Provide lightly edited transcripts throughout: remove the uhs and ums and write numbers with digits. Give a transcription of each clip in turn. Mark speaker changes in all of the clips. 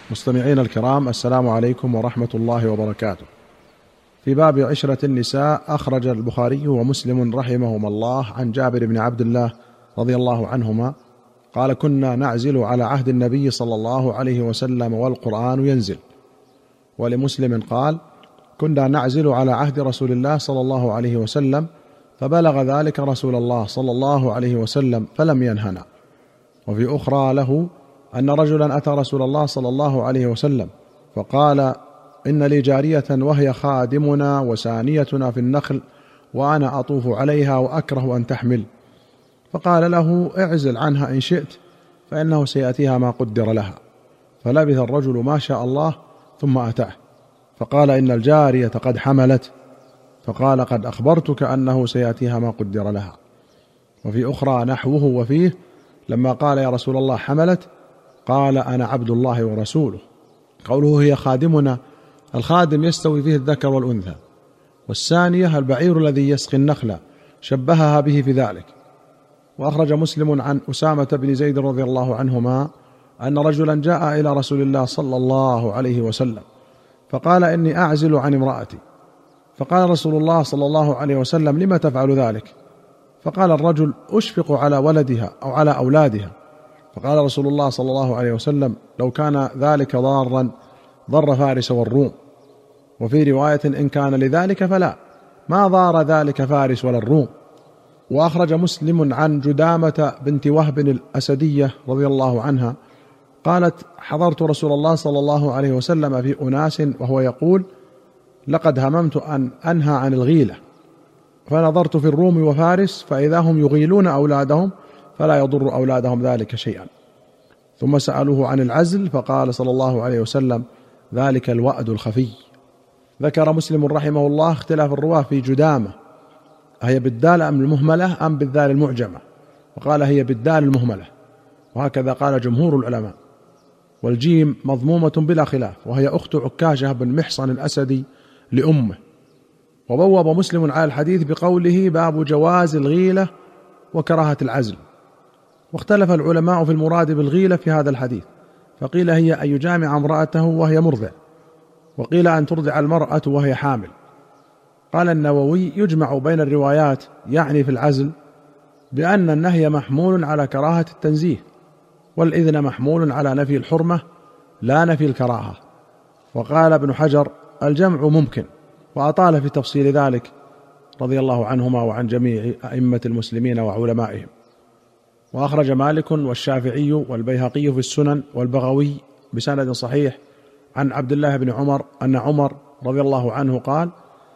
Speaker 1: مستمعين الكرام، السلام عليكم ورحمة الله وبركاته. في باب عشرة النساء، أخرج البخاري ومسلم رحمهما الله عن جابر بن عبد الله رضي الله عنهما قال: كنا نعزل على عهد النبي صلى الله عليه وسلم والقرآن ينزل. ولمسلم قال: كنا نعزل على عهد رسول الله صلى الله عليه وسلم فبلغ ذلك رسول الله صلى الله عليه وسلم فلم ينهنا. وفي أخرى له أن رجلا أتى رسول الله صلى الله عليه وسلم فقال: إن لي جارية وهي خادمنا وسانيتنا في النخل وأنا أطوف عليها وأكره أن تحمل. فقال له: اعزل عنها إن شئت فإنه سيأتيها ما قدر لها. فلبث الرجل ما شاء الله ثم أتاه فقال: إن الجارية قد حملت. فقال: قد أخبرتك أنه سيأتيها ما قدر لها. وفي أخرى نحوه وفيه: لما قال: يا رسول الله حملت، قال: أنا عبد الله ورسوله. قوله هي خادمنا، الخادم يستوي فيه الذكر والأنثى، والثانية البعير الذي يسقي النخل، شبهها به في ذلك. وأخرج مسلم عن أسامة بن زيد رضي الله عنهما أن رجلا جاء إلى رسول الله صلى الله عليه وسلم فقال: إني أعزل عن امرأتي. فقال رسول الله صلى الله عليه وسلم: لم تفعل ذلك؟ فقال الرجل: أشفق على ولدها أو على أولادها. فقال رسول الله صلى الله عليه وسلم: لو كان ذلك ضارا ضر فارس والروم. وفي رواية: إن كان لذلك فلا، ما ضار ذلك فارس ولا الروم. وأخرج مسلم عن جدامة بنت وهب الأسدية رضي الله عنها قالت: حضرت رسول الله صلى الله عليه وسلم في أناس وهو يقول: لقد هممت أن أنهى عن الغيلة، فنظرت في الروم وفارس فإذا هم يغيلون أولادهم فلا يضر أولادهم ذلك شيئا. ثم سألوه عن العزل فقال صلى الله عليه وسلم: ذلك الوأد الخفي. ذكر مسلم رحمه الله اختلاف الرواة في جدامة، هي بالدال أم المهملة أم بالذال المعجمة؟ وقال: هي بالدال المهملة، وهكذا قال جمهور العلماء. والجيم مضمومة بلا خلاف، وهي أخت عكاشة بن محصن الأسدي لأمه. وبوب مسلم على الحديث بقوله: باب جواز الغيلة وكراهة العزل. واختلف العلماء في المراد بالغيلة في هذا الحديث، فقيل هي أن يجامع امرأته وهي مرضع، وقيل أن ترضع المرأة وهي حامل. قال النووي: يجمع بين الروايات، يعني في العزل، بأن النهي محمول على كراهة التنزيه، والإذن محمول على نفي الحرمة لا نفي الكراهة. وقال ابن حجر: الجمع ممكن، وأطال في تفصيل ذلك رضي الله عنهما وعن جميع أئمة المسلمين وعلمائهم. وأخرج مالك والشافعي والبيهقي في السنن والبغوي بسند صحيح عن عبد الله بن عمر أن عمر رضي الله عنه قال: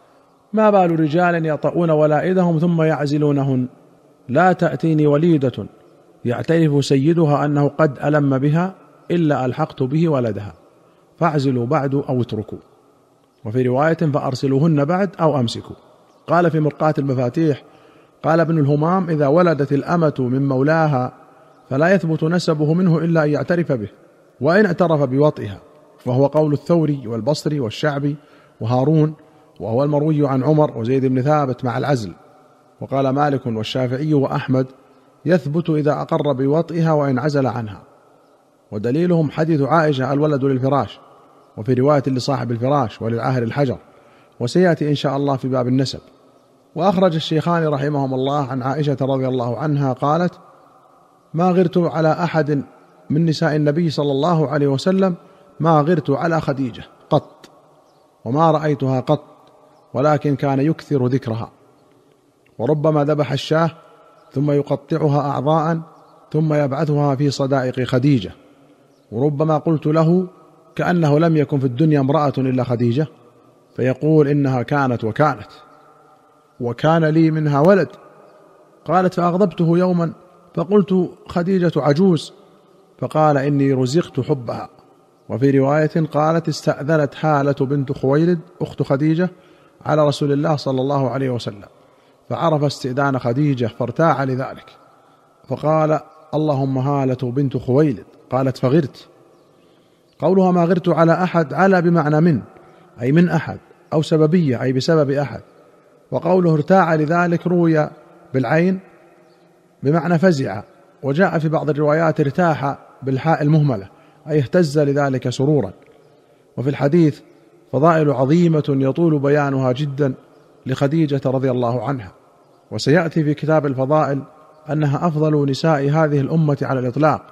Speaker 1: ما بال رجال يطؤون ولائدهم ثم يعزلونهن، لا تأتيني وليدة يعترف سيدها أنه قد ألم بها إلا ألحقت به ولدها، فاعزلوا بعد أو اتركوا. وفي رواية: فأرسلوهن بعد أو أمسكوا. قال في مرقاة المفاتيح: قال ابن الهمام: إذا ولدت الأمة من مولاها فلا يثبت نسبه منه إلا أن يعترف به، وإن اعترف بوطئها، وهو قول الثوري والبصري والشعبي وهارون، وهو المروي عن عمر وزيد بن ثابت مع العزل. وقال مالك والشافعي وأحمد: يثبت إذا أقر بوطئها وإن عزل عنها. ودليلهم حديث عائشة: الولد للفراش، وفي رواية لصاحب الفراش وللعاهر الحجر، وسيأتي إن شاء الله في باب النسب. وأخرج الشيخان رحمهم الله عن عائشة رضي الله عنها قالت: ما غرت على أحد من نساء النبي صلى الله عليه وسلم ما غرت على خديجة قط، وما رأيتها قط، ولكن كان يكثر ذكرها. وربما ذبح الشاة ثم يقطعها أعضاء ثم يبعثها في صدائق خديجة. وربما قلت له: كأنه لم يكن في الدنيا امرأة إلا خديجة، فيقول: إنها كانت وكانت، وكان لي منها ولد. قالت: فأغضبته يوما فقلت: خديجة عجوز، فقال: إني رزقت حبها. وفي رواية قالت: استأذنت هالة بنت خويلد أخت خديجة على رسول الله صلى الله عليه وسلم، فعرف استئذان خديجة فارتاع لذلك، فقال: اللهم هالة بنت خويلد. قالت: فغرت. قولها ما غرت على أحد على بمعنى من، أي من أحد، أو سببية أي بسبب أحد. وقوله ارتاع لذلك روي بالعين بمعنى فزع، وجاء في بعض الروايات ارتاح بالحاء المهملة، أي اهتز لذلك سرورا. وفي الحديث فضائل عظيمة يطول بيانها جدا لخديجة رضي الله عنها، وسيأتي في كتاب الفضائل أنها أفضل نساء هذه الأمة على الإطلاق.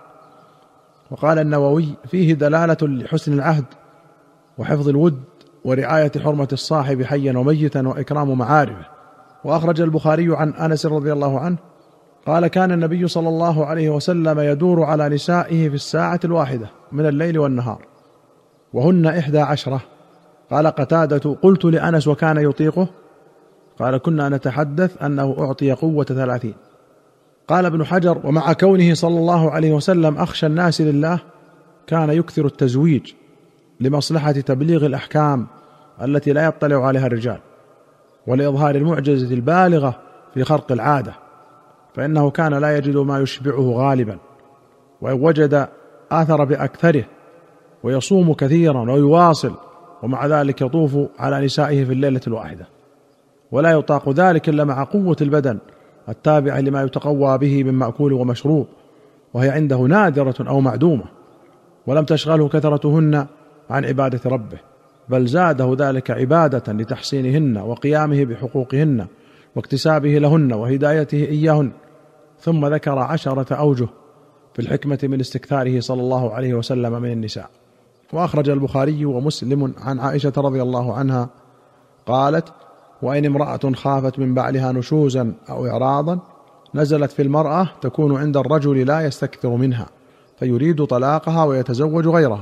Speaker 1: وقال النووي: فيه دلالة لحسن العهد وحفظ الود ورعاية حرمة الصاحب حيا وميتا وإكرام معارفه. وأخرج البخاري عن أنس رضي الله عنه قال: كان النبي صلى الله عليه وسلم يدور على نسائه في الساعة الواحدة من الليل والنهار، وهن 11. قال قتادة: قلت لأنس: وكان يطيقه؟ قال: كنا نتحدث أنه أعطي قوة 30. قال ابن حجر: ومع كونه صلى الله عليه وسلم أخشى الناس لله كان يكثر التزويج لمصلحة تبليغ الأحكام التي لا يطلع عليها الرجال، ولإظهار المعجزة البالغة في خرق العادة، فإنه كان لا يجد ما يشبعه غالبا، وإن وجد آثر بأكثره، ويصوم كثيرا ويواصل، ومع ذلك يطوف على نسائه في الليلة الواحدة، ولا يطاق ذلك إلا مع قوة البدن التابعة لما يتقوى به من مأكول ومشروب، وهي عنده نادرة أو معدومة، ولم تشغله كثرتهن عن عبادة ربه، بل زاده ذلك عبادة لتحسينهن وقيامه بحقوقهن واكتسابه لهن وهدايته إياهن. ثم ذكر 10 أوجه في الحكمة من استكثاره صلى الله عليه وسلم من النساء. وأخرج البخاري ومسلم عن عائشة رضي الله عنها قالت: وإن امرأة خافت من بعلها نشوزا أو إعراضا نزلت في المرأة تكون عند الرجل لا يستكثر منها فيريد طلاقها ويتزوج غيرها،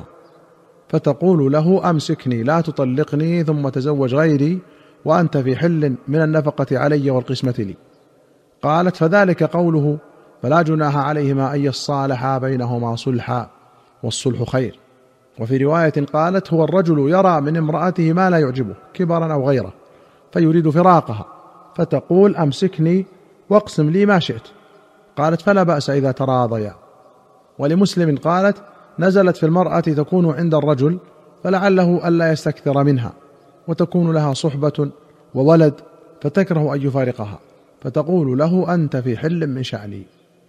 Speaker 1: فتقول له: أمسكني لا تطلقني ثم تزوج غيري وأنت في حل من النفقة علي والقسمة لي. قالت: فذلك قوله: فلا جناح عليهما أن يصالحا بينهما صلحا والصلح خير. وفي رواية قالت: هو الرجل يرى من امرأته ما لا يعجبه كبرا أو غيره فيريد فراقها، فتقول: أمسكني واقسم لي ما شئت. قالت: فلا بأس إذا تراضيا. ولمسلم قالت: نزلت في المرأة تكون عند الرجل فلعله ألا يستكثر منها، وتكون لها صحبة وولد فتكره أن يفارقها، فتقول له: أنت في حل من شأني.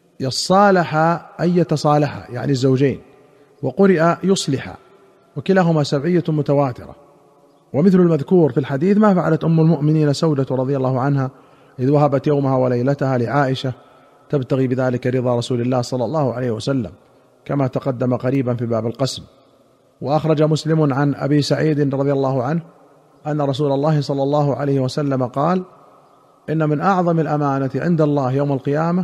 Speaker 1: يصالح أن يتصالح يعني الزوجين، وقرئ يصلح، وكلاهما سبعية متواترة. ومثل المذكور في الحديث ما فعلت أم المؤمنين سودة رضي الله عنها إذ وهبت يومها وليلتها لعائشة تبتغي بذلك رضا رسول الله صلى الله عليه وسلم، كما تقدم قريبا في باب القسم. وأخرج مسلم عن أبي سعيد رضي الله عنه أن رسول الله صلى الله عليه وسلم قال: إن من أعظم الأمانة عند الله يوم القيامة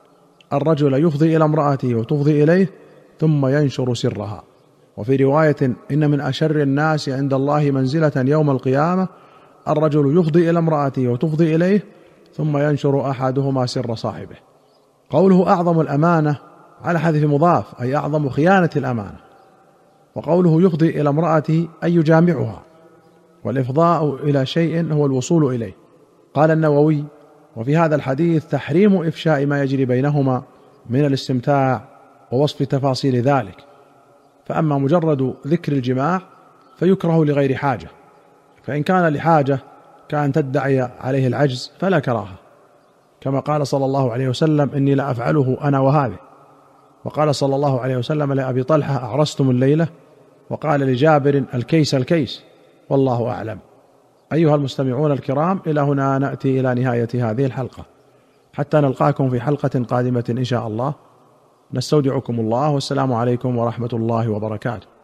Speaker 1: الرجل يفضي إلى امرأته وتفضي إليه ثم ينشر سرها. وفي رواية: إن من أشر الناس عند الله منزلة يوم القيامة الرجل يفضي إلى امرأته وتفضي إليه ثم ينشر أحدهما سر صاحبه. قوله أعظم الأمانة على حذف مضاف، أي أعظم خيانة الأمانة. وقوله يفضي إلى امرأته أي يجامعها، والإفضاء إلى شيء هو الوصول إليه. قال النووي: وفي هذا الحديث تحريم إفشاء ما يجري بينهما من الاستمتاع ووصف تفاصيل ذلك، فأما مجرد ذكر الجماع فيكره لغير حاجة، فإن كان لحاجة كأن تدعي عليه العجز فلا كراهة، كما قال صلى الله عليه وسلم: إني لا أفعله أنا وهذه. وقال صلى الله عليه وسلم لأبي طلحة: أعرستم الليلة؟ وقال لجابر: الكيس الكيس، والله أعلم. أيها المستمعون الكرام، إلى هنا نأتي إلى نهاية هذه الحلقة، حتى نلقاكم في حلقة قادمة إن شاء الله. نستودعكم الله، والسلام عليكم ورحمة الله وبركاته.